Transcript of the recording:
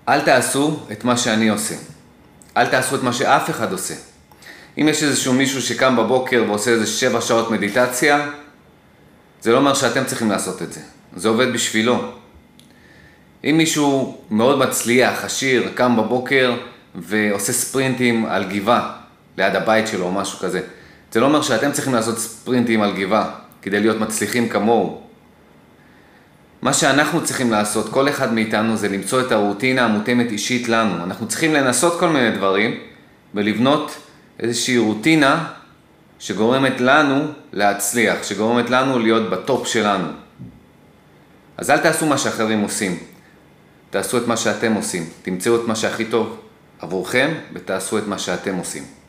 אל תעשו את מה שאני עושה. אל תעשו את מה שאף אחד עושה. אם יש איזשהו מישהו שקם בבוקר ועושה איזה 7 שעות מדיטציה, זה לא אומר שאתם צריכים לעשות את זה. זה עובד בשבילו. אם מישהו מאוד מצליח, עשיר, קם בבוקר ועושה ספרינטים על גבעה ליד הבית שלו או משהו כזה, זה לא אומר שאתם צריכים לעשות ספרינטים על גבעה כדי להיות מצליחים כמוהו. מה שאנחנו צריכים לעשות, כל אחד מאיתנו, זה למצוא את הרוטינה המותאמת אישית לנו. אנחנו צריכים לנסות כל מיני דברים ולבנות איזושהי רוטינה שגורמת לנו להצליח, שגורמת לנו להיות בטופ שלנו. אז אל תעשו מה שאחרים עושים. תעשו את מה שאתם עושים. תמצאו את מה שהכי טוב עבורכם ותעשו את מה שאתם עושים.